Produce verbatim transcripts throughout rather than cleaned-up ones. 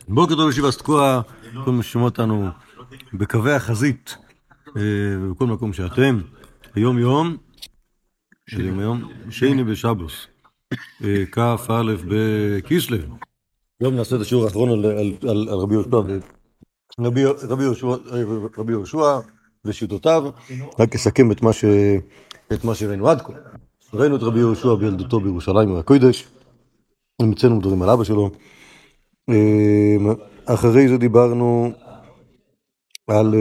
בוקר טוב ישיבה תקוע, כל מי ששומע אותנו בקווי החזית ובכל מקום שאתם. היום יום, היום יום, שני בשבוס, כ"א בכסלו. היום נעשה את השיעור האחרון על, על, על, על רבי יהושע, רבי, רבי יהושע, רבי יהושע ושיטותיו. רק אסכם את מה ש, את מה שראינו עד כה. ראינו את רבי יהושע בילדותו בירושלים הקודש, מצאנו מדברים על אבא שלו. אחרי זה דיברנו על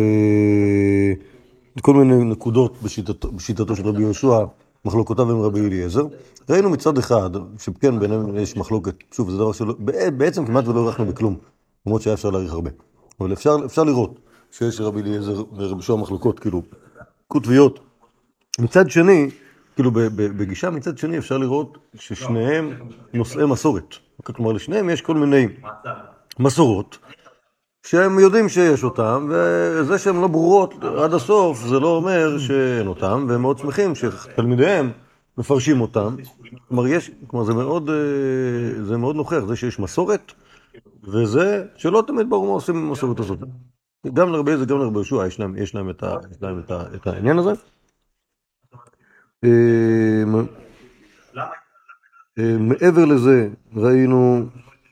כל מיני נקודות בשיטתו, בשיטתו של רבי יהושע, מחלוקותיו עם רבי אליעזר. ראינו מצד אחד, שכן ביניהם יש מחלוקת, שוב, זה דבר שלא, בעצם כמעט ולא ערכנו בכלום, למרות שהיה אפשר להעריך הרבה. אבל אפשר, אפשר לראות שיש רבי אליעזר ורבי יהושע מחלוקות, כאילו, כותביות. מצד שני, כאילו בגישה מצד שני אפשר לראות ששניהם נושאי מסורת. כלומר, לשניהם יש כל מיני מסורות שהם יודעים שיש אותם, וזה שהן לא ברורות עד הסוף זה לא אומר שאין אותם, והם מאוד שמחים שתלמידיהם מפרשים אותם. כלומר, יש, כלומר זה מאוד, זה מאוד נוכח, זה שיש מסורת, וזה שלא תמיד ברור מה עושים עם המסורת הזאת. גם לרבי זה, גם לרבי יהושע, יש להם, יש להם את ה, יש להם את ה, את העניין הזה. מעבר לזה ראינו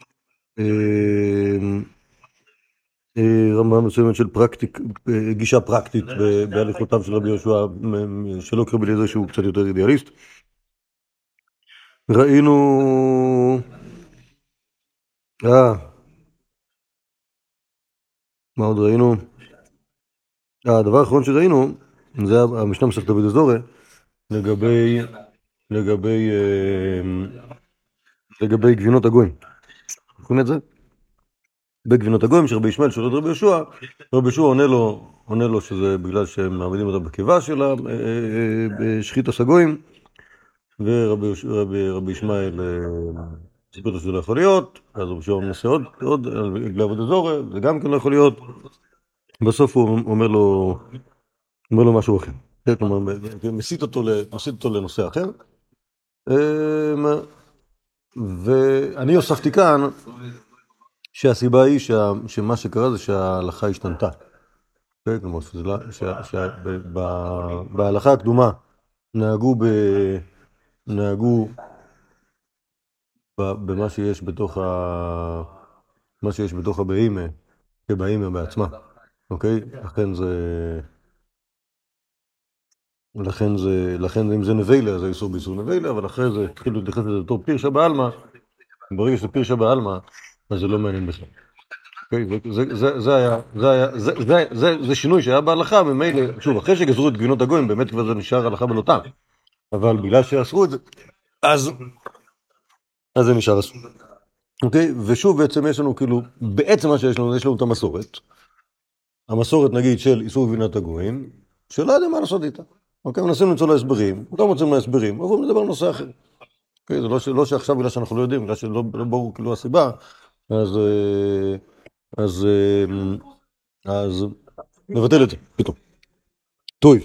רמה מסוימת של פרקטיק, גישה פרקטית בהליכותיו של רבי יהושע, שלא קרבי לזה שהוא קצת יותר אידיאליסט. ראינו אה מה עוד ראינו? הדבר האחרון שראינו זה המשנה מסכת דוד אזורי לגבי לגבי לגבי גבינות הגויים. זוכרים את זה? בגבינות הגויים שרבי ישמעאל שואל את רבי יהושע, רבי יהושע עונה לו, עונה לו שזה בגלל שהם מעמידים אותה בקיבה של שחיטת הגויים, ורבי ישמעאל סיפר לו שזה לא יכול להיות, אז רבי יהושע מנסה עוד, עוד, לעבוד אזור, זה גם כן לא יכול להיות. בסוף הוא אומר לו, אומר לו משהו אחר. כלומר, מסית אותו, מסית אותו לנושא אחר. ואני הוספתי כאן שהסיבה היא שמה שקרה זה שההלכה השתנתה. כלומר, בהלכה הקדומה נהגו נהגו במה שיש בתוך ה... מה שיש בתוך הבהמה, כבהמה בעצמה. אוקיי? לכן זה... לכן זה... לכן אם זה נבלה, זה איסור באיסור נבלה, אבל אחרי זה התחילו להתייחס לזה בתור פירשה בעלמא. ברגע שזה פירשה בעלמא, אז זה לא מעניין בכלל. זה היה, זה היה, זה שינוי שהיה בהלכה, ממילא, שוב, אחרי שגזרו את גבינות הגויים, באמת כבר זה נשאר הלכה בלותם. אבל בגלל שאסרו את זה, אז, אז זה נשאר אסור. אוקיי? ושוב, בעצם יש לנו, כאילו, בעצם מה שיש לנו, יש לנו את המסורת. המסורת, נגיד, של איסור גבינות הגויים, שלא יודעים מה לעשות איתה. אוקיי? מנסים למצוא לה הסברים, לא מוצאים לה הסברים, אבל נדבר על נושא אחר. אוקיי? זה לא, לא שעכשיו, בגלל שאנחנו לא יודעים, בגלל שלא לא ברור כאילו הסיבה, אז, אז, אז נבטל את זה, פתאום. טוב.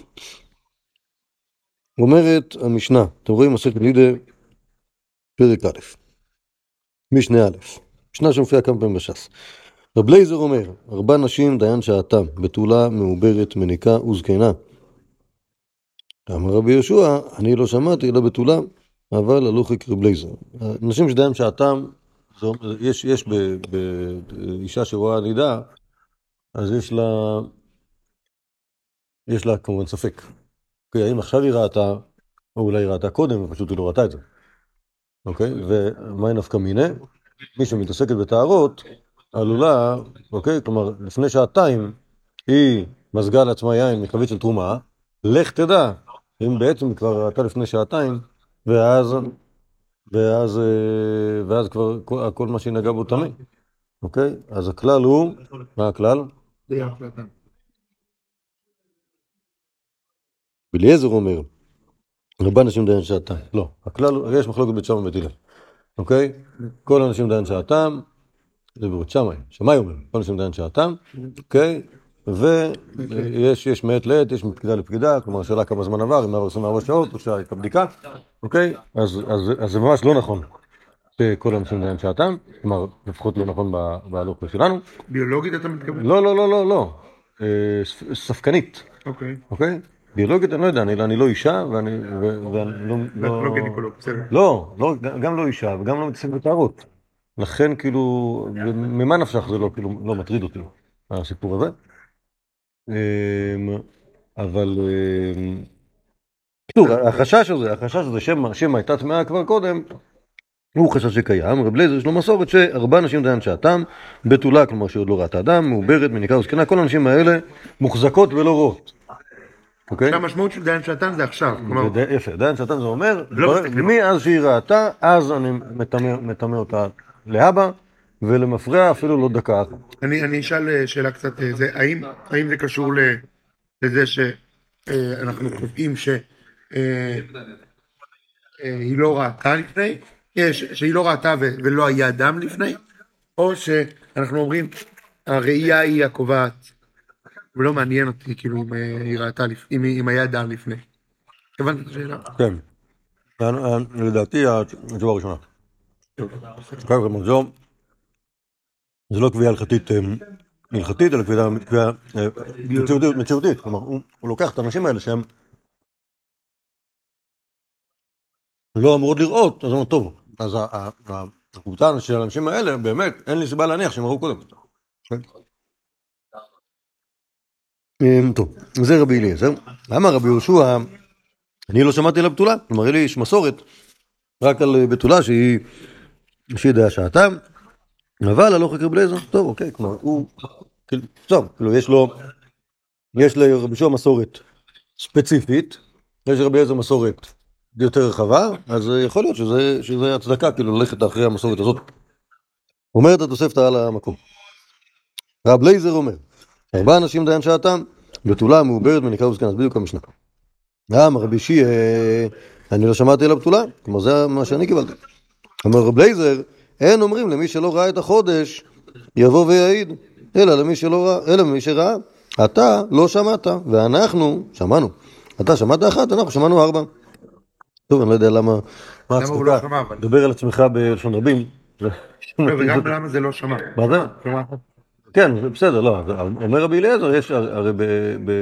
אומרת המשנה, אתם רואים מסכת נידה, פרק א', משנה א', משנה שמופיעה כמה פעמים בש"ס. רב אליעזר אומר, ארבע נשים דיין שעתם, בתולה, מעוברת, מניקה וזקנה. אמר רבי יהושע, אני לא שמעתי אלא בתולה, אבל הלוכי כרב אליעזר. נשים שדיין שעתם, יש, יש באישה שרואה נידה, אז יש לה, יש לה כמובן ספק. אוקיי, האם עכשיו היא ראתה, או אולי היא ראתה קודם, ופשוט היא לא ראתה את זה. אוקיי, ומה היא נפקא מינה? מי שמתעסקת בטהרות, עלולה, אוקיי, כלומר, לפני שעתיים, היא מזגה לעצמה יין מחבית של תרומה, לך תדע, אם בעצם היא כבר ראתה לפני שעתיים, ואז, ואז, ואז כבר כל מה שהיא נגעה בו טמא. אוקיי? אז הכלל הוא, מה הכלל? אליעזר אומר, ארבע נשים דיין שעתם. לא, הכלל, יש מחלוקת בית שמאי ובית הלל. אוקיי? כל הנשים דיין שעתם, זה בבית שמאי, שמאי אומר, כל הנשים דיין שעתם, אוקיי? ויש יש מעת לעת, יש מפקידה לפקידה, כלומר השאלה כמה זמן עבר, אם עבר עשרים וארבע שעות, או שהייתה בדיקה, אוקיי? אז, אז, אז זה ממש לא נכון. שכל האנשים דיין שעתם, כלומר, לפחות לא נכון בהלוך שלנו. ביולוגית אתה מתכוון? לא, לא, לא, לא, לא. אה, ספ- ספקנית. אוקיי. אוקיי? ביולוגית אני לא יודע, אני, אני לא אישה, ואני, ו- ואני לא, ואתה לא לא, גינקולוג, בסדר. לא, לא, גם לא אישה, וגם לא מתעסק בטהרות. לכן, כאילו, ממה נפשך זה לא, כאילו, לא מטריד אותי, הסיפור הזה. אמ, אבל, אמ, בקיצור, החשש הזה, החשש הזה, שמא, שמא הייתה טמאה כבר קודם, הוא חשש שקיים. רב אליעזר יש לו מסורת שארבע נשים דיין שעתם, בתולה, כלומר שעוד לא ראתה אדם, מעוברת, מניקה וזקנה, כל הנשים האלה מוחזקות ולא רואות. אוקיי? שהמשמעות של דיין שעתן זה עכשיו. כלומר, זה די- יפה, דיין שעתן זה אומר, לא מסתכלים. מאז שהיא ראתה, אז אני מטמא מטמא אותה להבא, ולמפרע אפילו לא דקה אחת. אני אני אשאל אה, שאלה קצת, אה, זה, האם האם זה קשור ל- לזה שאנחנו קובעים שהיא לא ראתה לפני, אה, ש- שהיא לא ראתה ו- ולא היה דם לפני, או שאנחנו אומרים הראייה היא הקובעת ולא מעניין אותי כאילו אם אה, היא ראתה, לפ- אם אם היה דם לפני. הבנת את השאלה? כן, לדעתי התשובה הראשונה. כלומר, זו זה לא קביעה הלכתית אה, הלכתית, אלא קביעה קביעה, אה, מציאותית, מציאותית. כלומר, הוא הוא לוקח את האנשים האלה שהם לא אמורות לראות, אז הוא אומר, טוב, אז ה- ה- ה- הקבוצה של האנשים האלה, באמת, אין לי סיבה להניח שהם ראו קודם. אה, טוב, זה רבי אליעזר. למה רבי יהושע, אני לא שמעתי על הבתולה, כלומר, לי יש מסורת רק על בתולה שהיא שהיא דעה שעתם, אבל הלוך רבי אליעזר, טוב, אוקיי, כלומר, הוא, כאילו, טוב, כאילו, יש לו, יש לרבי יהושע מסורת ספציפית, יש לרבי אליעזר מסורת יותר רחבה, אז יכול להיות שזה, שזה הצדקה, כאילו, ללכת אחרי המסורת הזאת. אומרת התוספתא על המקום. רב אליעזר אומר, ארבעה אנשים דיין שעתם, בתולה מעוברת מניקה וזקנה, אז בדיוק המשנה. גם רבי שיעה, אני לא שמעתי על הבתולה, כלומר זה מה שאני קיבלתי. אמר רב אליעזר, אין אומרים למי שלא ראה את החודש, יבוא ויעיד, אלא למי שלא ראה, אלא למי שראה. אתה לא שמעת, ואנחנו שמענו. אתה שמעת אחת, אנחנו שמענו ארבע. טוב, אני לא יודע למה, מה למה הוא לא הצדקה, שמע אבל? דבר על עצמך בלשון רבים. לא, וגם למה זה לא שמע? מה זה? כלומר, כן, זה בסדר, לא, אומר רבי אליעזר, יש הרי ב...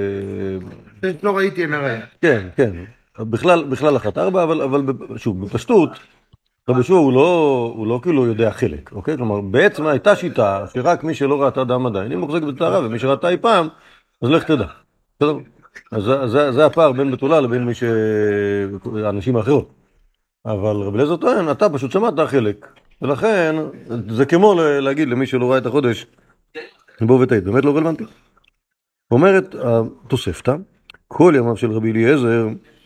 ב- לא ראיתי אין הראייה. כן, כן, בכלל, בכלל אחת ארבע, אבל, אבל ב- שוב, בפשטות, רבי יהושע הוא לא, הוא לא כאילו יודע חלק, אוקיי? כלומר, בעצם הייתה שיטה שרק מי שלא ראתה דם עדיין, היא מוחזקת בטהרה, ומי שראתה אי פעם, אז לך תדע. בסדר? אז זה, זה, זה הפער בין בתולה לבין מי ש... האנשים האחרות. אבל רבי אליעזר טוען, אתה פשוט שמעת חלק, ולכן זה כמו ל- להגיד למי שלא ראה את החודש, בוא ותעיד, באמת לא רלוונטי. אומרת התוספתא, כל ימיו של רבי אליעזר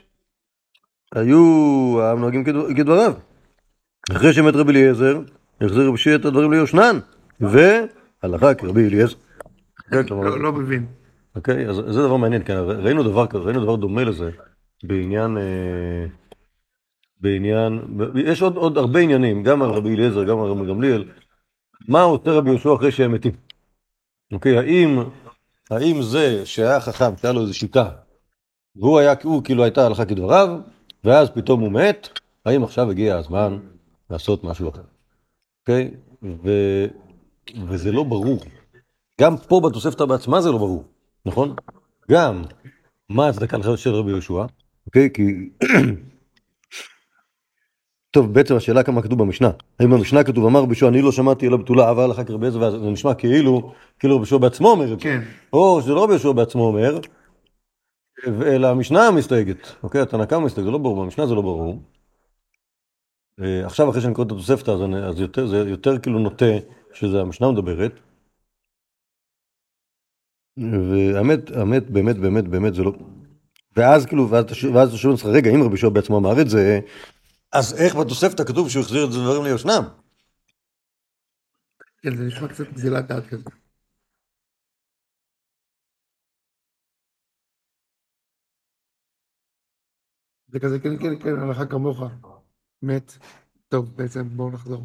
היו הנוהגים כדבר- כדבריו. אחרי שמת רבי אליעזר, החזיר רבי שיעה את הדברים ליושנן, והלכה כרבי אליעזר. כן, כלומר, לא לא מבין. אוקיי, אז זה דבר מעניין, כן, ראינו דבר כזה, ראינו דבר דומה לזה בעניין, אה, בעניין, יש עוד, עוד הרבה עניינים, גם על רבי אליעזר, גם על רבי גמליאל, מה עושה רבי יהושע אחרי שהם מתים? אוקיי, האם, האם זה שהיה חכם, שהיה לו איזו שיטה, והוא היה, הוא כאילו הייתה הלכה כדבריו, ואז פתאום הוא מת, האם עכשיו הגיע הזמן לעשות משהו אחר? אוקיי? ו... וזה לא ברור. גם פה בתוספתא בעצמה זה לא ברור, נכון? גם מה ההצדקה לחיות של רבי יהושע, אוקיי? כי... טוב, בעצם השאלה כמה כתוב במשנה. האם במשנה כתוב, אמר רבי יהושע, אני לא שמעתי אלא בתולה, אבל אחר כך רבי אליעזר, וזה נשמע כאילו, כאילו רבי יהושע בעצמו אומר את זה. כן. או שזה לא רבי יהושע בעצמו אומר, אלא המשנה מסתייגת, אוקיי? התנא קמא מסתייג, זה לא ברור, במשנה זה לא ברור. אה, עכשיו אחרי שאני קורא את התוספתא, אז, אני, אז יותר, זה יותר כאילו נוטה שזה המשנה מדברת. והאמת, האמת, באמת, באמת, באמת, זה לא... ואז כאילו, ואז אתה שואל- ואז אתה שואל לך, רגע, אם רבי יהושע בעצמו אמר את זה, אז איך בתוספתא כתוב שהוא החזיר את זה דברים ליושנם? כן, זה נשמע קצת גזילת דעת כזה. זה כזה, כן, כן, כן, הלכה כמוך. מת. טוב, בעצם בואו נחזור.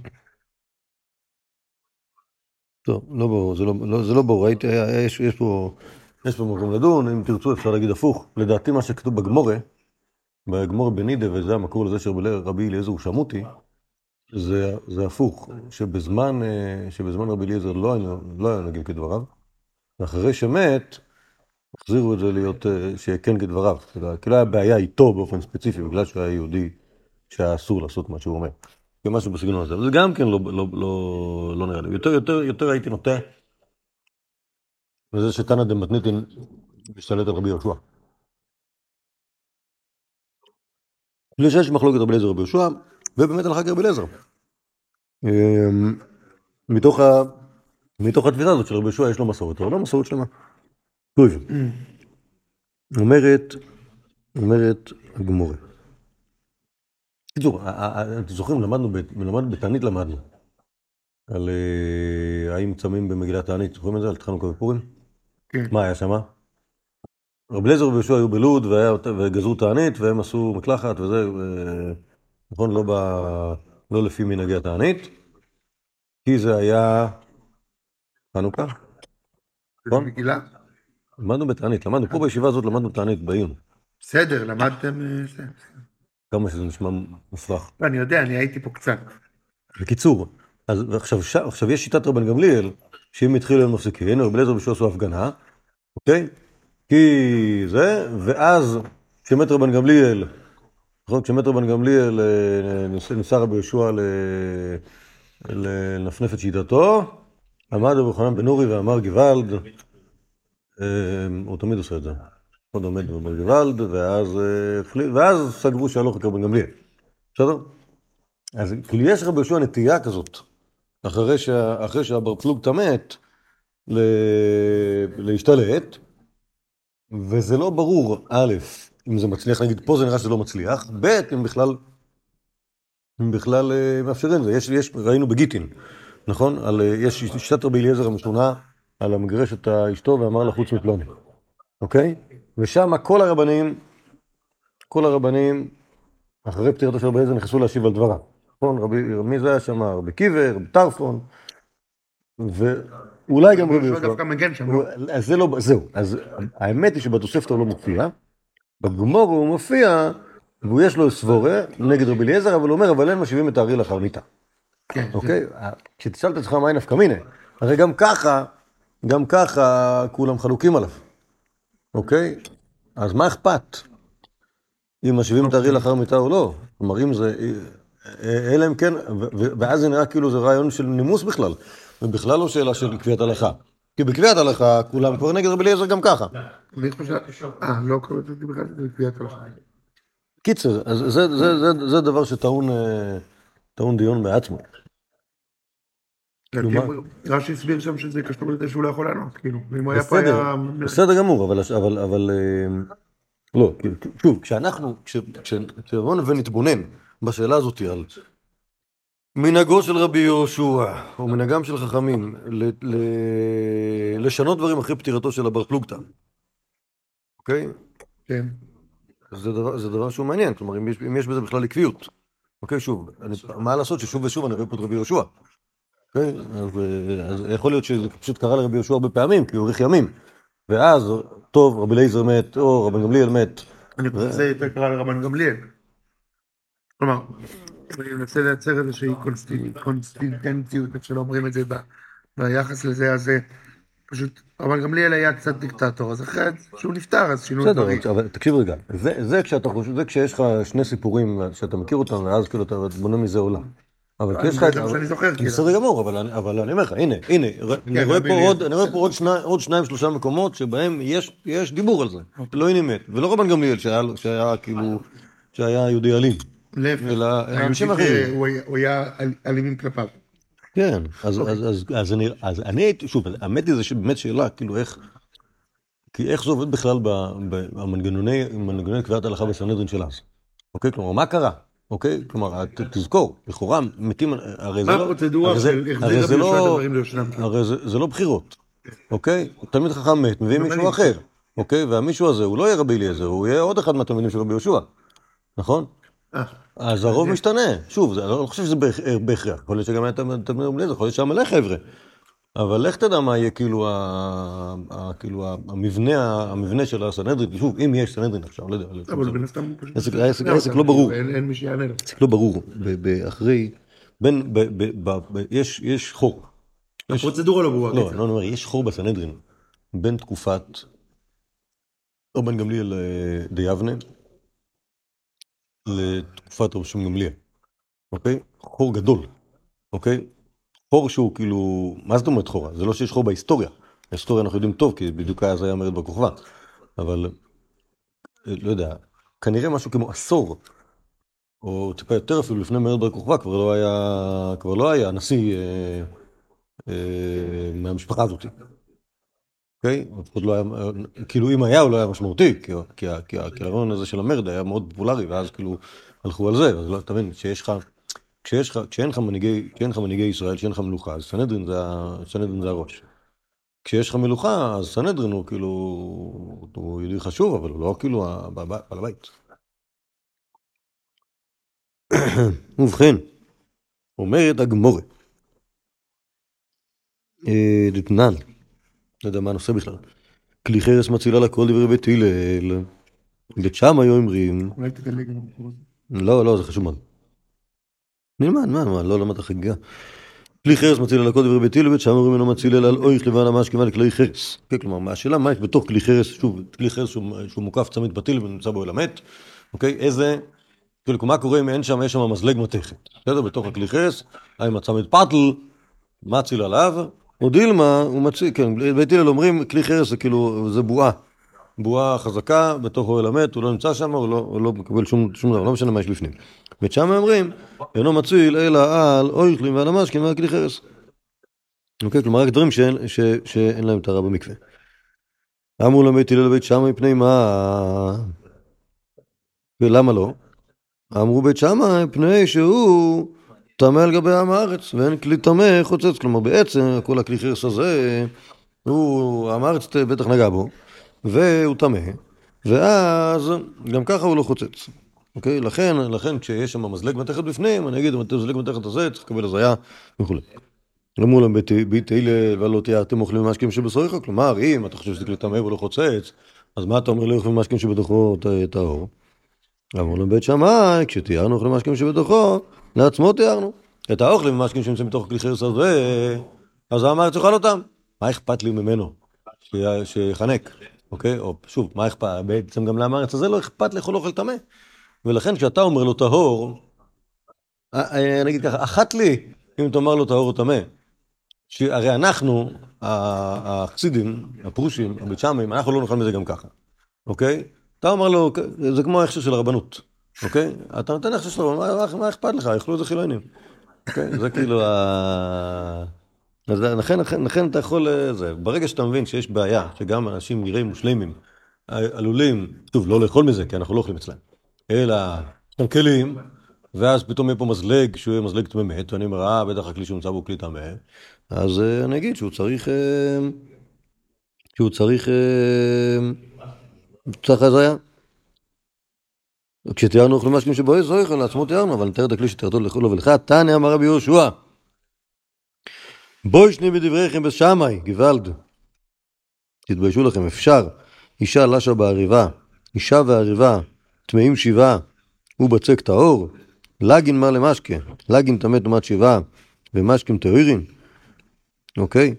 טוב, לא ברור, זה לא, לא, זה לא ברור, ראיתי, היה- יש, יש פה, יש פה מקום לדון, אם תרצו אפשר להגיד הפוך. לדעתי מה שכתוב בגמורה, בגמורה בנידה, וזה המקור לזה שרבי אליעזר הוא שמותי, זה, זה הפוך, שבזמן, אה, שבזמן רבי אליעזר לא היינו, לא היו נוגעים כדבריו, ואחרי שמת, החזירו את זה להיות, אה, שיהיה כן כדבריו. כאילו כאילו היה בעיה איתו באופן ספציפי, בגלל שהוא היה יהודי שהיה אסור לעשות מה שהוא אומר. משהו בסגנון הזה, אבל זה גם כן לא, לא, לא, לא נראה לי. יותר, יותר, יותר הייתי נוטה לזה שתנא דמתניתין משתלט על רבי יהושע. בלי שיש מחלוקת רבי אליעזר ורבי יהושע, ובאמת הלכה כרבי אליעזר. אמ, מתוך ה... מתוך התפיסה הזאת של רבי יהושע יש לו מסורת, אבל לא מסורת שלמה. טוב. אומרת, אומרת הגמורה. בקיצור, אתם זוכרים, למדנו, למדנו בתענית למדנו. על אה, האם צמים במגילת תענית, זוכרים את זה? על חנוכה ופורים? כן. מה היה שמה? רבי אליעזר ורבי יהושע היו בלוד והיה- וגזרו תענית והם עשו מקלחת וזה, ו- נכון? לא, ב... לא לפי מנהגי התענית, כי זה היה חנוכה, נכון? מגילה? למדנו בתענית, למדנו פה בישיבה הזאת, למדנו תענית בעיון. בסדר, למדתם... אה, זה. כמה שזה נשמע מופרך. לא, אני יודע, אני הייתי פה קצת. בקיצור, אז עכשיו, ש... עכשיו יש שיטת רבן גמליאל, שאם התחילו הם מפסיקים, הנה רבי אליעזר ורבי יהושע עשו הפגנה, אוקיי? כי זה, ואז כשמת רבן גמליאל, נכון? כשמת רבן גמליאל, אה, ניס- ניסה רבי יהושע ל- לנפנף את שיטתו, עמד רבי יוחנן בן נורי ואמר גוואלד, אה, הוא תמיד עושה את זה, עוד עומד ואומר גוואלד, ואז, אה, החליט- ואז סגרו שהלוך כרבן גמליאל, בסדר? אז כאילו יש רבי יהושע נטייה כזאת, אחרי, שה, אחרי שהבר פלוגתא מת, ל... להשתלט, וזה לא ברור, א', אם זה מצליח, נגיד פה זה נראה שזה לא מצליח, ב', אם בכלל, אם בכלל אה, מאפשרים זה. יש, יש, ראינו בגיטין, נכון? על, אה, יש שיטת רבי אליעזר המשונה, על המגרש את אשתו ואמר לה חוץ מפלוני, אוקיי? ושם כל הרבנים, כל הרבנים, אחרי פטירתו של רבי אליעזר נכנסו להשיב על דברה. נכון? רבי, מי זה היה שם? רבי קיבר, רבי טרפון, ואולי גם רבי יהושע יהושע. דווקא מגן שם, הוא- לא? אז זה לא, זהו, אז האמת היא שבתוספתא הוא לא מופיע, בגמור הוא מופיע, והוא יש לו סבורה נגד רבי אליעזר, אבל הוא אומר, אבל אין משיבים את הארי לאחר מיתה. כן. אוקיי? כשתשאל את עצמך מה נפקא מינה, הרי גם ככה, גם ככה כולם חלוקים עליו. אוקיי? אז מה אכפת? אם משיבים את הארי לאחר מיתה או לא? כלומר, אם זה, אלא אם כן, ו- ו- ואז זה נראה כאילו זה רעיון של נימוס בכלל, ובכלל לא שאלה של קביעת הלכה. כי בקביעת הלכה כולם כבר נגד רבי אליעזר גם ככה. אני חושב... אה, לא קוראים אותי בכלל בקביעת הלכה. קיצר, אז זה, זה, זה, זה דבר שטעון אה, טעון דיון בעצמו. לדעתי, מה? רש"י הסביר שם שזה קשור לזה שהוא לא יכול לענות, כאילו. ואם הוא היה פה בסדר, היה... בסדר גמור, אבל, אבל, אבל אה, לא, כי- שוב, כשאנחנו, כש- כש- כשבואו ונתבונן בשאלה הזאת על מנהגו של רבי יהושע, או מנהגם של חכמים, ל- ל- לשנות דברים אחרי פטירתו של הבר פלוגתא, אוקיי? כן. אז זה דבר, זה דבר שהוא מעניין, כלומר, אם יש, אם יש בזה בכלל עקביות. אוקיי, שוב, אני, מה לעשות ששוב ושוב אני רואה פה את רבי יהושע? אוקיי, אז, אה, אז יכול להיות שזה פשוט קרה לרבי יהושע הרבה פעמים, כי הוא האריך ימים. ואז, טוב, רבי אליעזר מת, או רבן גמליאל מת. אני חושב שזה יותר קרה לרבן גמליאל. כלומר, אני מנסה לייצר איזושהי קונסטינ- קונסטינטנציות, איך שלא אומרים את זה ב- ביחס לזה, אז זה פשוט, רבן גמליאל היה קצת דיקטטור, אז אחרי שהוא נפטר, אז שינו בסדר, דברים. אבל תקשיב רגע, זה, זה כשאתה חושב, זה כשיש לך שני סיפורים שאתה מכיר אותם, ואז כאילו אתה בונה מזה עולם. אבל כשיש לך... זה מה שאני זוכר, כאילו. בסדר גמור, אבל אני, אבל אני אומר לך, הנה, הנה, אני רואה פה תאמין לי. עוד, אני רואה פה עוד, שני, עוד שניים, שלושה מקומות שבהם יש, יש דיבור על זה. לא הנה מת, ולא רבן גמליאל שהיה, שהיה כאילו, שהיה יהודי אלים. להפך, אלא אני אנשים חושב אחרים. שהוא היה- הוא היה אל- אלימים כלפיו. כן, אז, אז, אז, אז, אני, אז אני הייתי, שוב, האמת היא זה באמת שאלה, כאילו איך, כי איך זה עובד בכלל ב- במנגנוני, מנגנוני קביעת ההלכה בסנהדרין של אז. אוקיי? כלומר, מה קרה? אוקיי? כלומר, ת- תזכור, לכאורה מתים, הרי זה מה לא... הפרוצדורה הרי זה- של החזיר הרי רבי זה יהושע את לא- הדברים ליושנם? הרי זה, זה לא בחירות, אוקיי? תלמיד חכם מת, מביא מישהו רבנים. אחר, אוקיי? והמישהו הזה, הוא לא יהיה רבי אליעזר, הוא יהיה עוד אחד מהתלמידים של רבי יהושע, נכון? אה, אז הרוב משתנה. שוב, זה- אני לא חושב שזה בהכ- בהכרח. יכול להיות שגם היה תלמיד רבי אליעזר, יכול להיות שהיה מלא חבר'ה. אבל לך תדע מה יהיה כאילו, ה- ה- כאילו ה- המבנה, המבנה של הסנהדרין. שוב, אם יש סנהדרין עכשיו, לא יודע. אבל בן הסתם הוא פשוט... העסק- העסק- העסק לא ברור. אין אין מי שיענה לו. לא ברור. ב- ב- אחרי, בין, ב, ב, ב, ב, יש, יש חור. יש, הפרוצדורה לא ברורה. לא, לא, לא, יש חור בסנהדרין, בין תקופת רבן גמליאל דיבנה, לתקופת רבי שמעון גמליאל, אוקיי? חור גדול, אוקיי? חור שהוא כאילו, מה זאת אומרת חור? זה לא שיש חור בהיסטוריה. ההיסטוריה אנחנו יודעים טוב, כי בדיוק אז היה מרד בר כוכבא. אבל, לא יודע, כנראה משהו כמו עשור, או טיפה יותר אפילו לפני מרד בר כוכבא, כבר לא היה, כבר לא היה נשיא אה, אה, מהמשפחה הזאת. אוקיי? לפחות לא היה, כאילו אם היה הוא לא היה משמעותי, כי, כי, כי, כי הרעיון הזה של המרד היה מאוד פופולרי, ואז כאילו הלכו על זה, אז לא, תבין, שיש לך, כשיש לך, כשאין לך מנהיגי, כשאין לך מנהיגי ישראל, כשאין לך מלוכה, אז סנהדרין זה, סנהדרין זה הראש. כשיש לך מלוכה, אז סנהדרין הוא כאילו, הוא יהודי חשוב, אבל הוא לא כאילו בעל הבית. ובכן, אומרת הגמורה, דתנן, לא יודע מה הנושא בכלל, כלי חרס מצילה לכל דברי בית הלל, בית שם היו אומרים, אולי תגלה גם במקור הזה. לא, לא, זה חשוב מאוד. נלמד, מה, מה, לא למד החגיגה. כלי חרס מציל על הכל דברי בית הלל, בית שם אומרים אינו מציל אלא על אויך לבן המשק כמובן לכלי חרס. כלומר, השאלה מה יש בתוך כלי חרס, שוב, כלי חרס שהוא מוקף צמיד בתיל ונמצא בו אל המת, אוקיי? איזה, כאילו, מה קורה אם אין שם, יש שם מזלג מתכת. בסדר, בתוך הכלי חרס, האם הצמיד פתל, מציל עליו, או דילמה, הוא מציל, כן, בית הלל אומרים, כלי חרס זה כאילו, זה בועה. בועה חזקה, בתוך אוהל המת, הוא לא נמצא שם, הוא לא, הוא לא מקבל שום, שום דבר, לא משנה מה יש בפנים. בית שם אומרים, אינו מציל אלא על אויכלים ועל המשקים ועל כלי חרס. אוקיי, כלומר, רק דברים שאין, ש, שאין להם טהרה במקווה. אמרו לבית הלל לבית שם מפני מה? ולמה לא? אמרו בית שם מפני שהוא טמא על גבי עם הארץ, ואין כלי טמא חוצץ. כלומר, בעצם, כל הכלי חרס הזה, הוא, עם הארץ בטח נגע בו, והוא טמא, ואז גם ככה הוא לא חוצץ. אוקיי? לכן, לכן כשיש שם מזלג מתכת בפנים, אני אגיד, אם אתם מזלג מתכת הזה, צריך לקבל הזיה וכו'. אמרו להם בית הלל ולא תיארתם אוכלים משקים שבסוריך, כלומר, אם אתה חושב שזה כלי טמא ולא חוצץ, אז מה אתה אומר לי אוכלים משקים שבתוכו טהור? אמרו להם בית שמאי, כשתיארנו אוכלים משקים שבתוכו, לעצמו תיארנו. את האוכלים משקים שנמצאים בתוך כלי חרס הזה, אז האמר תאכל אותם. מה אכפת לי ממנו? שיחנק. אוקיי? או שוב, מה אכפת? בעצם גם לעם הארץ הזה לא אכפת לאכול אוכל טמא. ולכן כשאתה אומר לו טהור, אני אגיד ככה, אחת לי אם תאמר לו טהור או טמא. שהרי אנחנו, החסידים, הפרושים, הבית שמאים, אנחנו לא נאכל מזה גם ככה. אוקיי? אתה אומר לו, זה כמו ההכשר של הרבנות. אוקיי? אתה נותן הכשר של הרבנות, מה אכפת לך? יאכלו את זה חילונים. אוקיי? זה כאילו ה... אז לכן, לכן, לכן אתה יכול, זה, ברגע שאתה מבין שיש בעיה, שגם אנשים יראים מושלמים, עלולים, טוב, לא לאכול מזה, כי אנחנו לא אוכלים אצלם, אלא הם כלים, ואז פתאום יהיה פה מזלג, שהוא יהיה מזלג תממת, ואני אומר, אה, בטח הכלי שנמצא בו כלי טמא, אז אני אגיד שהוא צריך, שהוא צריך, צריך הזיה. כשתיארנו אוכלים משקים שבו זויך, לעצמו תיארנו, אבל נתאר את הכלי שתיארתו לכל לו ולך, תניא אמר רבי יהושע, בואי שני בדבריכם בשמאי, גוואלד. תתביישו לכם, אפשר. אישה לשה בעריבה, אישה ועריבה, טמאים שבעה, ובצק טהור, לגין מה למשקה, לגין טמא טומאת שבעה, ומשקים טהורים. אוקיי?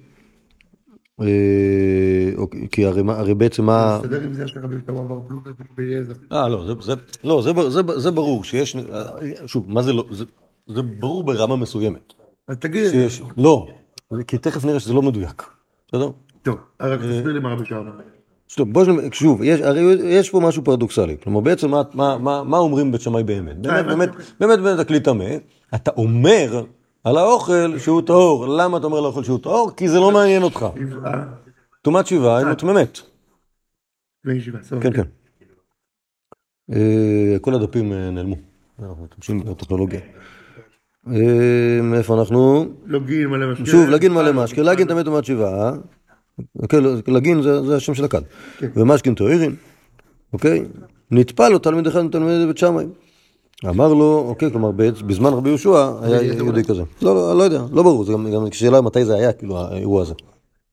כי הרי בעצם מה... מסתדר עם זה שאתה רבי יותר עבר פלוג ביעזר. אה, לא, זה ברור שיש... שוב, מה זה לא... זה ברור ברמה מסוימת. אז תגיד את זה. לא. כי תכף נראה שזה לא מדויק, בסדר? טוב, רק תסביר לי מה רבי שעבר. שוב, הרי יש פה משהו פרדוקסלי, כלומר בעצם מה אומרים בית שמאי באמת? באמת, באמת הכלי טמא, אתה אומר על האוכל שהוא טהור, למה אתה אומר על האוכל שהוא טהור? כי זה לא מעניין אותך. טומאת שבעה היא מותממת. כן, כן. כל הדפים נעלמו, אנחנו תמשיכים בטכנולוגיה. מאיפה אנחנו? לגין מלא משקה. שוב, לגין מלא משקה, לגין טמא טומאת שבעה, לגין זה השם של הכד, ומשקים טהורים, אוקיי? נטפל לו תלמיד אחד מתלמידי בית שמאי. אמר לו, אוקיי, כלומר בזמן רבי יהושע היה יהודי כזה. לא, לא יודע, לא ברור, זה גם שאלה מתי זה היה, כאילו האירוע הזה.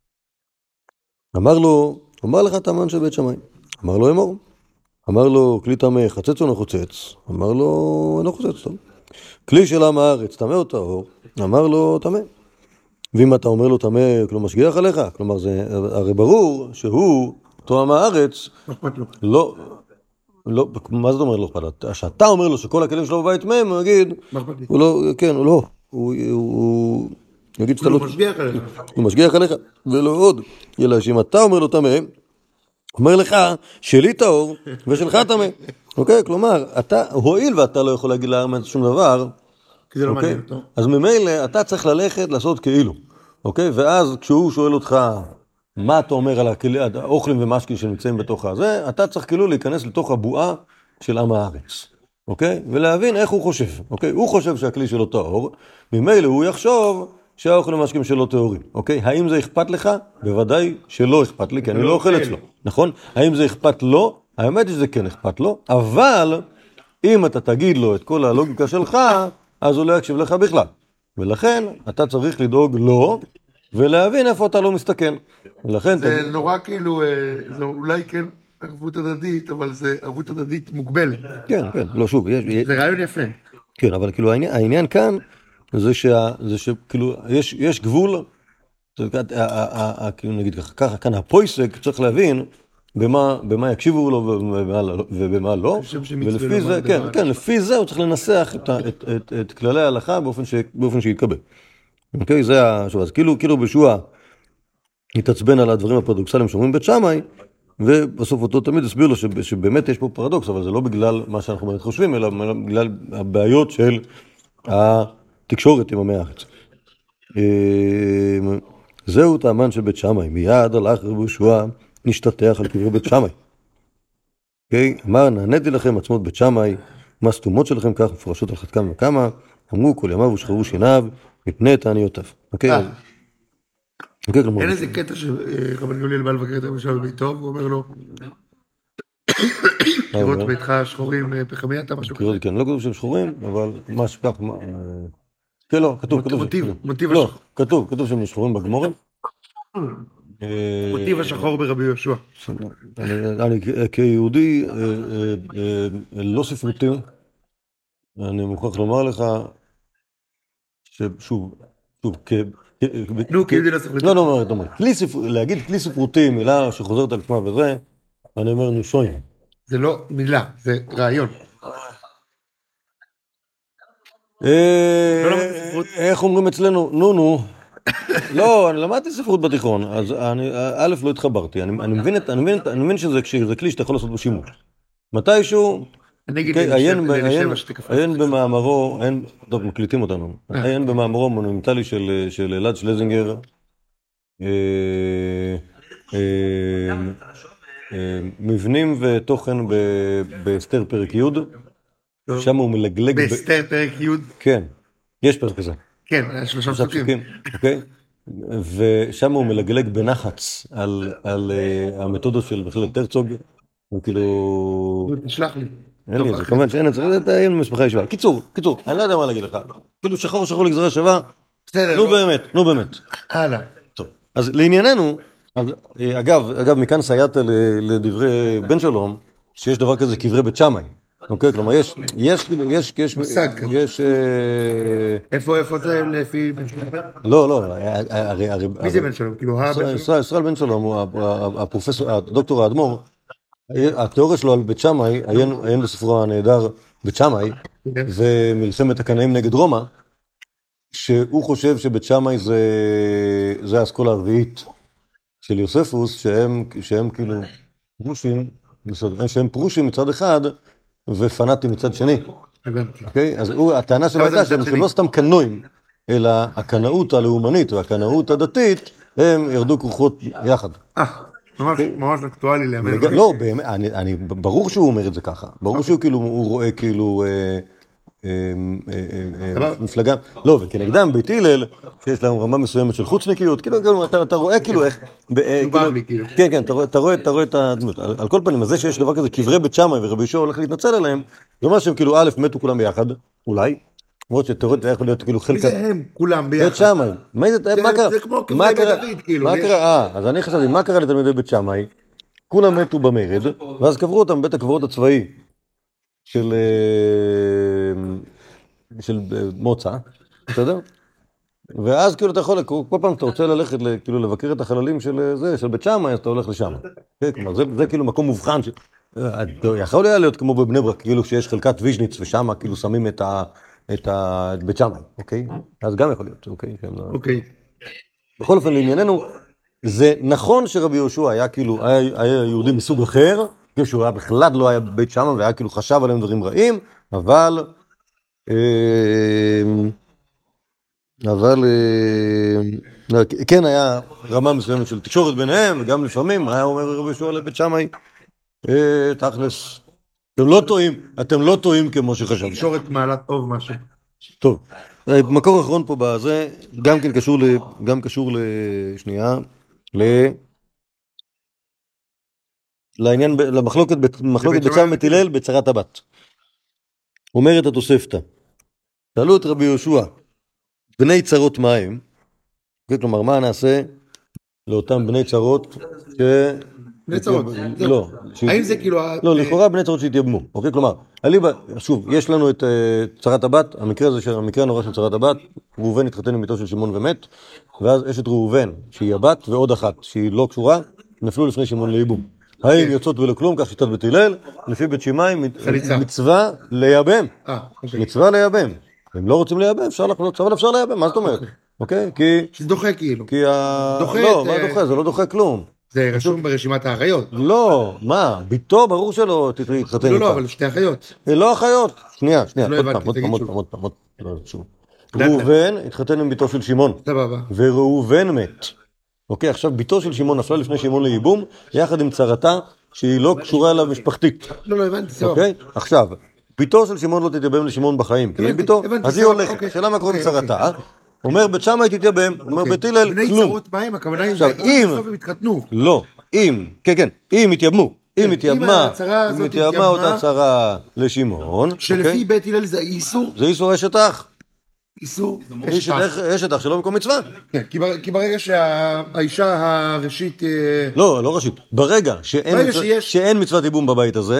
אמר לו, אמר לך תאמן של בית שמאי. אמר לו אמור. אמר לו, כלי טמא חצץ או לא חוצץ? אמר לו, אינו חוצץ, טוב. כלי של עם הארץ, טמא או טהור? אמר לו, טמא. ואם אתה אומר לו טמא, כלומר משגיח עליך, כלומר זה הרי ברור שהוא, אותו עם הארץ, לא, לא, מה זאת אומרת לא אכפת? שאתה אומר לו שכל הכלים שלו בבית מהם, הוא יגיד, הוא לא, כן, הוא לא, הוא, הוא, יגיד שאתה לא, הוא משגיח עליך, ולא עוד, אלא שאם אתה אומר לו טמא, אומר לך, שלי טהור ושלך טמא. אוקיי? כלומר, אתה הועיל ואתה לא יכול להגיד לארץ שום דבר, כי זה לא מעניין אותו. אז ממילא אתה צריך ללכת לעשות כאילו. אוקיי? ואז כשהוא שואל אותך, מה אתה אומר על האוכלים ומשקים שנמצאים בתוך הזה, אתה צריך כאילו להיכנס לתוך הבועה של עם הארץ. אוקיי? ולהבין איך הוא חושב. אוקיי? הוא חושב שהכלי שלו טהור, ממילא הוא יחשוב שהאוכל ומשקים שלו טהורים. אוקיי? האם זה אכפת לך? בוודאי שלא אכפת לי, כי אני לא אוכל אצלו. נכון? האם זה אכפת לו? האמת היא שזה כן אכפת לו, אבל אם אתה תגיד לו את כל הלוגיקה שלך, אז הוא לא יקשיב לך בכלל. ולכן אתה צריך לדאוג לו, ולהבין איפה אתה לא מסתכן. ולכן זה תגיד... נורא כאילו, זה אולי כן ערבות הדדית, אבל זה ערבות הדדית מוגבלת. כן, כן, לא שוב. יש... זה רעיון יפה. כן, אבל כאילו העניין, העניין כאן, זה שה... זה שכאילו, יש, יש גבול, כאילו נגיד ככה, כאן הפויסק צריך להבין, במה, במה יקשיבו לו ובמה, ובמה לא, ולפי זה, כן, כן, לפי זה הוא צריך לנסח את, את, את, את כללי ההלכה באופן, ש, באופן שיתקבל. אוקיי, זה השוב, אז כאילו, כאילו בישוע התעצבן על הדברים הפרדוקסליים שאומרים בית שמאי, ובסוף אותו תמיד הסביר לו שבאמת יש פה פרדוקס, אבל זה לא בגלל מה שאנחנו באמת חושבים, אלא בגלל הבעיות של התקשורת עם עמי הארץ. זהו טעמן של בית שמאי, מיד הלך רבי יהושע נשתטח על קברי בית שמאי. אוקיי? אמר, נעניתי לכם עצמות בית שמאי, מה סתומות שלכם כך מפורשות על חד כמה וכמה, אמרו כל ימיו ושחררו שיניו, מפני תעניותיו. אוקיי? אין איזה קטע שרבן גמליאל בא לבקר את רבי יהושע בביתו, והוא אומר לו, קירות ביתך שחורים פחמייתה, משהו כזה. כן, לא כתוב שהם שחורים, אבל משהו כך, כן, לא, כתוב, כתוב. מוטיב השחור. כתוב, כתוב שהם שחורים בגמורה. מוטיב השחור ברבי יהושע. אני כיהודי לא ספרותי, אני מוכרח לומר לך ששוב, שוב, נו, כיהודי לא ספרותי. לא, לא, לא, להגיד כלי ספרותי, מילה שחוזרת על עצמה וזה, אני אומר נשוין. זה לא מילה, זה רעיון. איך אומרים אצלנו? נו נו. לא, אני למדתי ספרות בתיכון, אז אני, א', לא התחברתי. אני, אני מבין את, אני מבין, אני מבין שזה, שזה כלי שאתה יכול לעשות בו שימוש. מתישהו, עיין במאמרו, עיין, טוב, מקליטים אותנו, עיין במאמרו מונומנטלי של, של אלעד שלזינגר, מבנים ותוכן באסתר פרק י', שם הוא מלגלג... באסתר פרק י'? כן, יש פרק כזה. כן, שלושה פסוקים. אוקיי? ושם הוא מלגלג בנחץ על, על uh, המתודות של מכללת הרצוג, הוא כאילו... תשלח לי. אין לי, זה כמובן שאין את זה, אין מסמכי ישיבה. קיצור, קיצור, אני לא יודע מה להגיד לך. כאילו שחור שחור לגזרה שווה, נו באמת, נו באמת. הלאה. טוב, אז לענייננו, אז, אגב, אגב, מכאן סייעת לדברי בן שלום, שיש דבר כזה קברי בית שמאי. אוקיי, כלומר, יש, יש, יש, יש, יש, איפה, איפה זה לפי בן שלום? לא, לא, מי זה בן שלום? כאילו, ישראל בן שלום הוא הפרופסור, הדוקטור האדמו"ר, התיאוריה שלו על בית שמאי, עיין בספרו הנהדר בית שמאי, ומלחמת הקנאים נגד רומא, שהוא חושב שבית שמאי זה האסכולה הרביעית של יוספוס, שהם כאילו פרושים, שהם פרושים מצד אחד, ופנאטים מצד שני. אוקיי? אז הטענה שלו הייתה שהם לא סתם קנויים, אלא הקנאות הלאומנית והקנאות הדתית, הם ירדו כרוחות יחד. אה, ממש אקטואלי לאמן. לא, ברור שהוא אומר את זה ככה. ברור שהוא כאילו, הוא רואה כאילו מפלגה, לא, וכנגדם בית הלל, שיש להם רמה מסוימת של חוצניקיות, כאילו, אתה רואה כאילו איך, כן, כן, אתה רואה את הדמות. על כל פנים, אז זה שיש דבר כזה, קברי בית שמאי ורבי יהושע הולך להתנצל עליהם, זה אומר שהם כאילו א', מתו כולם ביחד, אולי, למרות שתיאורטית היה יכול להיות כאילו חלק... מי זה הם? כולם ביחד. בית שמאי. מה קרה? זה כמו קברי בדוד, כאילו. אה, אז אני חשבתי, מה קרה לתלמידי בית שמאי? כולם מתו במרד, ואז קברו אותם בבית הקברות הצבאי של של מוצא, בסדר? ואז כאילו אתה יכול, כל פעם אתה רוצה ללכת כאילו לבקר את החללים של זה, של בית שמאי, אז אתה הולך לשם. כלומר, זה, זה כאילו מקום מובחן, ש... יכול היה להיות כמו בבני ברק, כאילו שיש חלקת ויז'ניץ, ושם כאילו שמים את, ה... את, ה... את בית שמאי, אוקיי? אז גם יכול להיות, אוקיי? אוקיי. בכל אופן, לענייננו, זה נכון שרבי יהושע היה כאילו, היה, היה יהודי מסוג אחר, שהוא היה בכלל לא היה בית שמאי, והיה כאילו חשב עליהם דברים רעים, אבל... אבל כן היה רמה מסוימת של תקשורת ביניהם, וגם לפעמים היה אומר רבי יהושע לבית שמאי, תכלס, אתם לא טועים, אתם לא טועים כמו שחשבתי. תקשורת מעלת טוב משהו. טוב, מקור אחרון פה בזה, גם כן קשור, גם קשור לשנייה, לעניין, למחלוקת בצו בית הלל בצרת הבת. אומרת התוספתא, שאלו את רבי יהושע, בני צרות מה הם? כלומר, מה נעשה לאותם בני צרות ש... בני צרות. לא. האם זה כאילו... לא, לכאורה בני צרות שהתייבמו. אוקיי? כלומר, שוב, יש לנו את צרת הבת, המקרה הזה, המקרה הנורא של צרת הבת, ראובן התחתן עם ביתו של שמעון ומת, ואז יש את ראובן, שהיא הבת, ועוד אחת, שהיא לא קשורה, נפלו לפני שמעון לייבום. האם יוצאות ולא כלום, כך שיטת בית הלל, לפי בית שמאי, מצווה לייבם. מצווה לייבם. אם לא רוצים לייבם, אפשר לחלות, אבל אפשר לייבם, מה זאת אומרת? אוקיי? כי... זה דוחה כאילו. כי ה... לא, מה דוחה? זה לא דוחה כלום. זה רשום ברשימת האחיות. לא, מה? ביתו ברור שלא תתחתן איתה. לא, לא, אבל שתי אחיות. לא אחיות. שנייה, שנייה, עוד פעם, עוד פעם, עוד פעם, עוד פעם, עוד פעם. ראובן התחתן עם ביתו של שמעון. סבבה. וראובן מת. אוקיי, עכשיו ביתו של שמעון נפלה לפני שמעון לייבום, יחד עם צרתה שהיא לא קשורה אליו משפחתית. לא, לא, הבנתי, סבבה. אוקיי? עכשיו, ביתו של שמעון לא תתייבם לשמעון בחיים, כי היא ביתו, אז היא הולכת. שאלה מה קורה עם צרתה? אומר בית שמאי תתייבם, אומר בית הלל, בני כלום. צרות בהם, הכוונה היא אם, בסוף הם התחתנו. לא, אם, כן, כן, אם התייבמו, אם התייבמה, אם התייבמה אותה צרה לשמעון, שלפי בית הלל זה איסור? זה איסור אשת אח. איסור אשת אח שלא מקום מצווה. כן, כי ברגע שהאישה הראשית... לא, לא ראשית. ברגע שאין מצוות ייבום בבית הזה,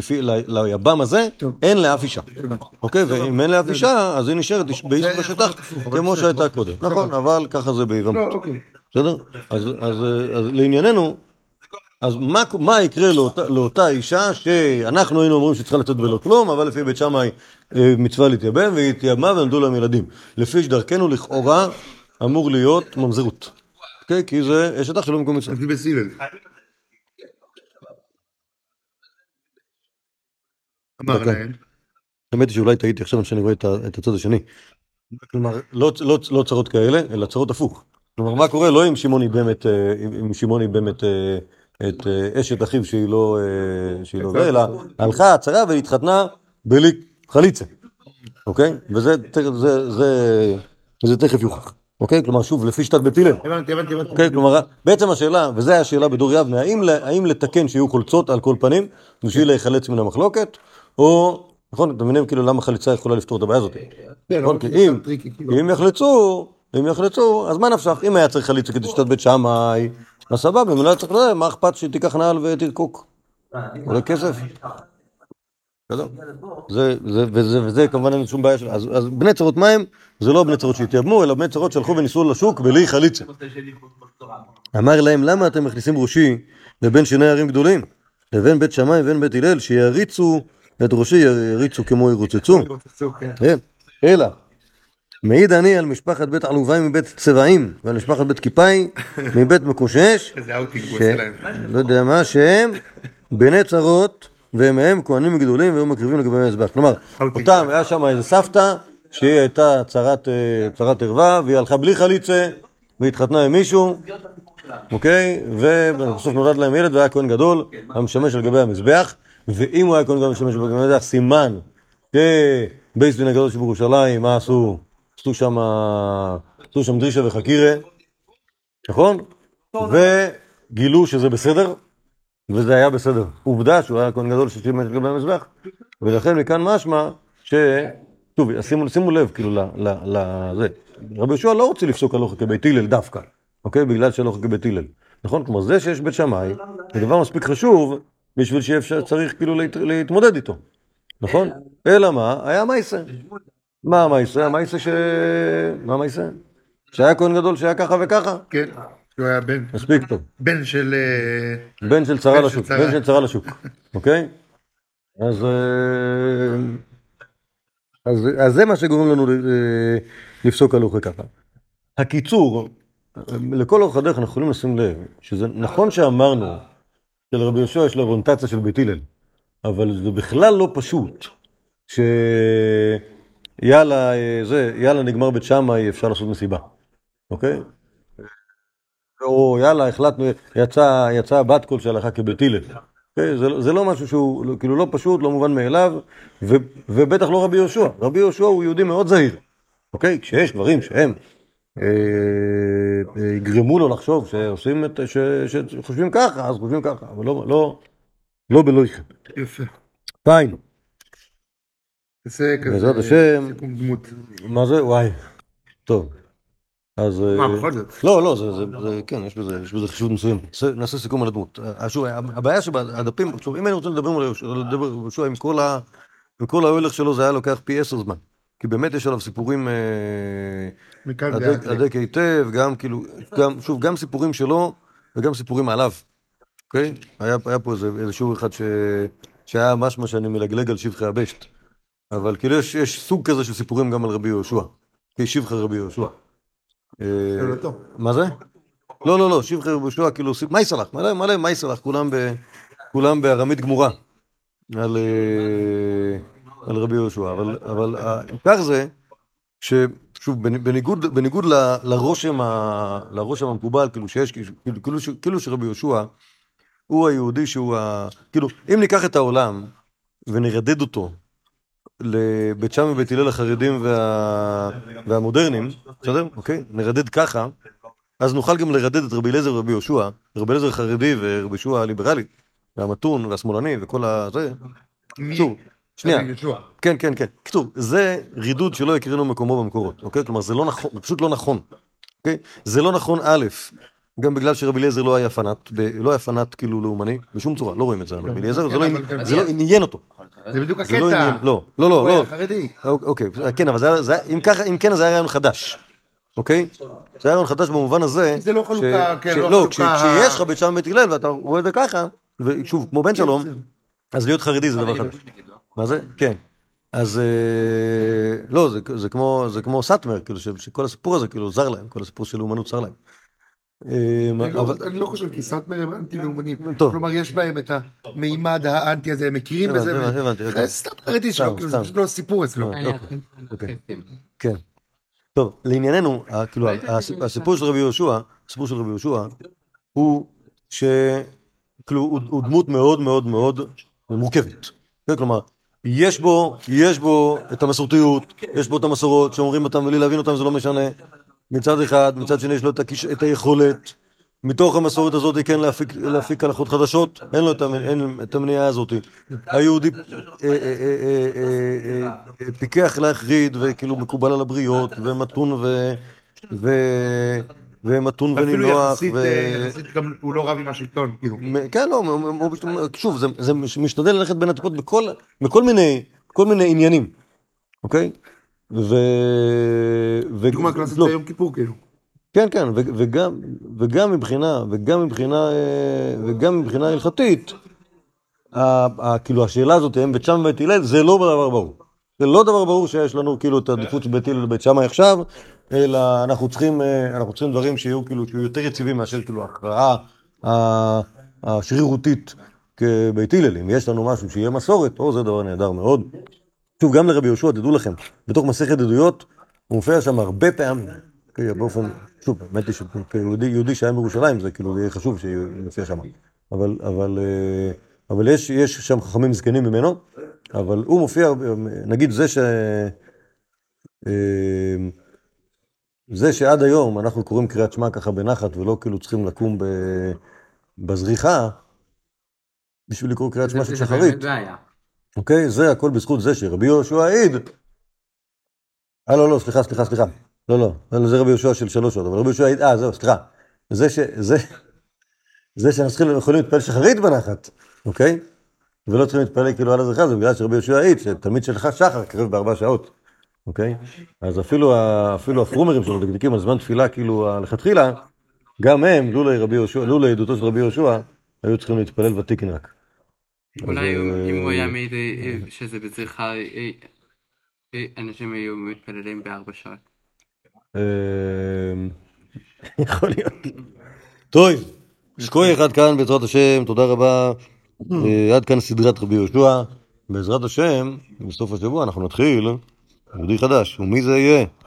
ליבם הזה, אין לאף אישה. אוקיי? ואם אין לאף אישה, אז היא נשארת באיסור אשת אח, כמו שהייתה קודם. נכון, אבל ככה זה ביבמות. בסדר? אז לענייננו, אז מה, מה יקרה לאותה, לאותה אישה שאנחנו היינו אומרים שצריכה לצאת בלא כלום, אבל לפי בית שמאי מצווה להתייבם והיא התייבמה ונולדו להם ילדים. לפי שדרכנו לכאורה אמור להיות ממזרות. אוקיי? כי זה אשת אח שלא במקום מצווה. לפי בית הלל. אמר להם. האמת היא שאולי טעיתי עכשיו שאני רואה את הצד השני. כלומר, לא, לא, לא צרות כאלה, אלא צרות הפוך. כלומר, מה קורה? לא אם שמעון ייבם את, אם שמעון ייבם את את אשת אחיו שהיא לא, שהיא לא זה, אלא הלכה הצרה והתחתנה בלי חליצה, אוקיי? וזה זה, זה, זה תכף יוכח, אוקיי? כלומר, שוב, לפי שיטת בית הלל. הבנתי, הבנתי, הבנתי. אוקיי? כלומר, בעצם השאלה, וזו השאלה בדור יבנה, האם, האם לתקן שיהיו חולצות על כל פנים, בשביל להיחלץ מן המחלוקת, או, נכון, אתם מבינים כאילו למה חליצה יכולה לפתור את הבעיה הזאת? נכון? כי אם, אם יחלצו, אם יחלצו, אז מה נפשך? אם היה צריך חליצה כדי שיטת בית שמאי, אז סבבה, אם לא צריך לדעת, מה אכפת שתיקח נעל ותרקוק? עולה כסף. וזה כמובן אין שום בעיה. אז בני צרות מים, זה לא בני צרות שהתייבמו, אלא בני צרות שהלכו וניסו לשוק בלי חליצה. אמר להם, למה אתם מכניסים ראשי לבין שני ערים גדולים? לבין בית שמאי ובין בית הלל, שיריצו את ראשי, יריצו כמו ירוצצו. אלא. מעיד אני על משפחת בית עלובי מבית צבעים, ועל משפחת בית כיפאי מבית מקושש, לא יודע מה, שהם בני צרות, והם הם כהנים גדולים, והם מקריבים לגבי המזבח. כלומר, אותם, היה שם איזה סבתא, שהיא הייתה צרת ערווה, והיא הלכה בלי חליצה, והתחתנה עם מישהו, אוקיי? ובסוף נולד להם ילד, והיה כהן גדול, המשמש לגבי המזבח, ואם הוא היה כהן גדול המשמש לגבי המזבח, סימן שבייס דין הגדול שבירושלים, מה עשו? עשו שם, עשו שם דרישה וחקירה, נכון? וגילו שזה בסדר, וזה היה בסדר. עובדה שהוא היה כהן גדול ששימש לגבי המזבח, ולכן מכאן משמע ש... טוב, שימו, שימו לב, כאילו, לזה. רבי יהושע לא רוצה לפסוק הלכה כבית הלל דווקא, אוקיי? בגלל שהלכה כבית הלל. נכון? כלומר, זה שיש בית שמאי, זה דבר מספיק חשוב, בשביל שאפשר צריך כאילו להתמודד איתו. נכון? אלא מה? היה מייסה. מה המעשה? המעשה ש... מה המעשה? שהיה כהן גדול שהיה ככה וככה? כן, שהוא היה בן. מספיק טוב. בן של... בן של צרה לשוק, בן של צרה לשוק, אוקיי? אז... אז, אז זה מה שגורם לנו לפסוק הלכה ככה. הקיצור, לכל אורך הדרך אנחנו יכולים לשים לב, שזה נכון שאמרנו שלרבי יהושע יש לו אוריינטציה של בית הלל, אבל זה בכלל לא פשוט, שיאללה, זה, יאללה נגמר בית שמאי, אפשר לעשות מסיבה, אוקיי? או יאללה, החלטנו, יצא, יצא בת קול שהלכה כבית הלל. Okay, זה, זה לא משהו שהוא כאילו לא פשוט, לא מובן מאליו, ו, ובטח לא רבי יהושע. רבי יהושע הוא יהודי מאוד זהיר. אוקיי? Okay? כשיש דברים שהם אה, אה, יגרמו לו לחשוב שעושים את, ש, שחושבים ככה, אז חושבים ככה, אבל לא, לא, לא בלא יחד. יפה. פיין. זה כזה בעזרת השם. סיכום דמות. מה זה? וואי. טוב. אז... מה, בכל זאת? לא, לא, זה, זה, זה, כן, יש בזה, יש בזה חשיבות מסוים. נעשה סיכום על הדמות. שוב, הבעיה שבדפים, שוב, אם היינו רוצים לדבר על יהושע עם כל ה... עם כל ההולך שלו, זה היה לוקח פי עשר זמן. כי באמת יש עליו סיפורים הדק היטב, גם כאילו, גם, שוב, גם סיפורים שלו וגם סיפורים עליו. אוקיי? היה, היה פה איזה, איזה שיעור אחד ש... שהיה משמע שאני מלגלג על שבחי הבשת. אבל כאילו יש, יש סוג כזה של סיפורים גם על רבי יהושע. כי שבחי רבי יהושע. מה זה? לא, לא, לא, שבחי רבי יהושע, כאילו, מי סלח, מלא, מלא, מי סלח, כולם, ב, כולם בארמית גמורה על, על רבי יהושע, אבל, אבל כך זה, ששוב, בניגוד, בניגוד לרושם, לרושם המקובל, כאילו שיש, כאילו, כאילו שרבי יהושע, הוא היהודי שהוא, כאילו, אם ניקח את העולם ונרדד אותו, לבית שמאי ובית הלל החרדים וה... והמודרניים, בסדר? אוקיי? נרדד ככה, אז נוכל גם לרדד את רבי אליעזר ורבי יהושע, רבי אליעזר החרדי ורבי יהושע הליברלי, והמתון והשמאלני וכל הזה. קצור, שנייה. כן, כן, כן. קצור, זה רידוד שלא יקרינו מקומו במקורות, אוקיי? כלומר, זה לא נכון, זה פשוט לא נכון, אוקיי? זה לא נכון א', גם בגלל שרבי אליעזר לא היה פנאט, לא היה פנאט כאילו לאומני, בשום צורה, לא רואים את זה, רבי אליעזר, זה לא עניין אותו. זה בדיוק הקטע. לא, לא, לא, לא. חרדי. אוקיי, כן, אבל אם ככה, אם כן, זה היה רעיון חדש. אוקיי? זה היה רעיון חדש במובן הזה. זה לא חלוקה, כן, לא חלוקה. כשיש לך בית שמאי ובית הלל, ואתה רואה את זה ככה, ושוב, כמו בן שלום, אז להיות חרדי זה דבר חדש. מה זה? כן. אז לא, זה כמו סאטמר, כאילו, שכל הסיפור הזה, כאילו, זר להם, כל הסיפור של לאומנות זר להם. אני לא חושב, כי סאטמר הם אנטי-לאומנים. כלומר, יש בהם את המימד האנטי הזה, הם מכירים בזה. סתם חרדי שלו, זה פשוט לא סיפור אצלו. כן. טוב, לענייננו, כאילו, הסיפור של רבי יהושע, הסיפור של רבי יהושע, הוא ש... כאילו, הוא דמות מאוד מאוד מאוד מורכבת. כלומר, יש בו, יש בו את המסורתיות, יש בו את המסורות, שאומרים אותם ולי להבין אותם, זה לא משנה. מצד אחד, מצד שני יש לו את היכולת, מתוך המסורת הזאת כן להפיק, להפיק הלכות חדשות, אין לו את המניעה הזאת. היהודי פיקח להחריד וכאילו מקובל על הבריות, ומתון ומתון ונינוח. אפילו יחסית גם הוא לא רב עם השלטון. כן, לא, שוב, זה משתדל ללכת בין הטיפות בכל מיני עניינים, אוקיי? ו... דוגמה קלאסית ליום כיפור כאילו. כן, כן, וגם, וגם מבחינה, וגם מבחינה, וגם מבחינה הלכתית, כאילו השאלה הזאת, הם בית שמאי ובית הלל, זה לא דבר ברור. זה לא דבר ברור שיש לנו כאילו את העדיפות של בית הלל לבית שמאי עכשיו, אלא אנחנו צריכים, אנחנו צריכים דברים שיהיו כאילו, שיהיו יותר יציבים מאשר כאילו ההכרעה השרירותית כבית הלל. אם יש לנו משהו שיהיה מסורת, או זה דבר נהדר מאוד. שוב, גם לרבי יהושע, תדעו לכם, בתוך מסכת עדויות, הוא מופיע שם הרבה פעמים, באופן, שוב, באמת לי שיהודי שהיה בירושלים, זה כאילו יהיה חשוב שיופיע שם, אבל, אבל, אבל יש, יש שם חכמים זקנים ממנו, אבל הוא מופיע, נגיד זה ש... זה שעד היום אנחנו קוראים קריאת שמע ככה בנחת, ולא כאילו צריכים לקום בזריחה, בשביל לקרוא קריאת שמע של שחרית. אוקיי, זה הכל בזכות זה שרבי יהושע העיד. אה, לא, לא, סליחה, סליחה, סליחה. לא, לא, זה רבי יהושע של שלוש שעות, אבל רבי יהושע העיד, אה, זהו, סליחה. זה ש... זה... זה שאנחנו יכולים להתפלל שחרית בנחת, אוקיי? ולא צריכים להתפלל כאילו על הזריחה, זה בגלל שרבי יהושע העיד, שתלמיד שלך שחר קרב בארבע שעות. אוקיי? אז אפילו, ה- אפילו הפרומרים שלו דקדקים על זמן תפילה, כאילו, לכתחילה, גם הם, לולא רבי יהושע, לולא עדותו של רבי יהושע, היו צריכים להתפלל ותיקין רק. אולי אז, אם הוא אה, היה מעיד אה, שזה בצריכה, אה, אה, אנשים היו מתפללים בארבע שעות. אה, יכול להיות. טוב, שקוי אחד כאן בעזרת השם, תודה רבה. אה, עד כאן סדרת רבי יהושע. בעזרת השם, בסוף השבוע אנחנו נתחיל יהודי חדש, ומי זה יהיה?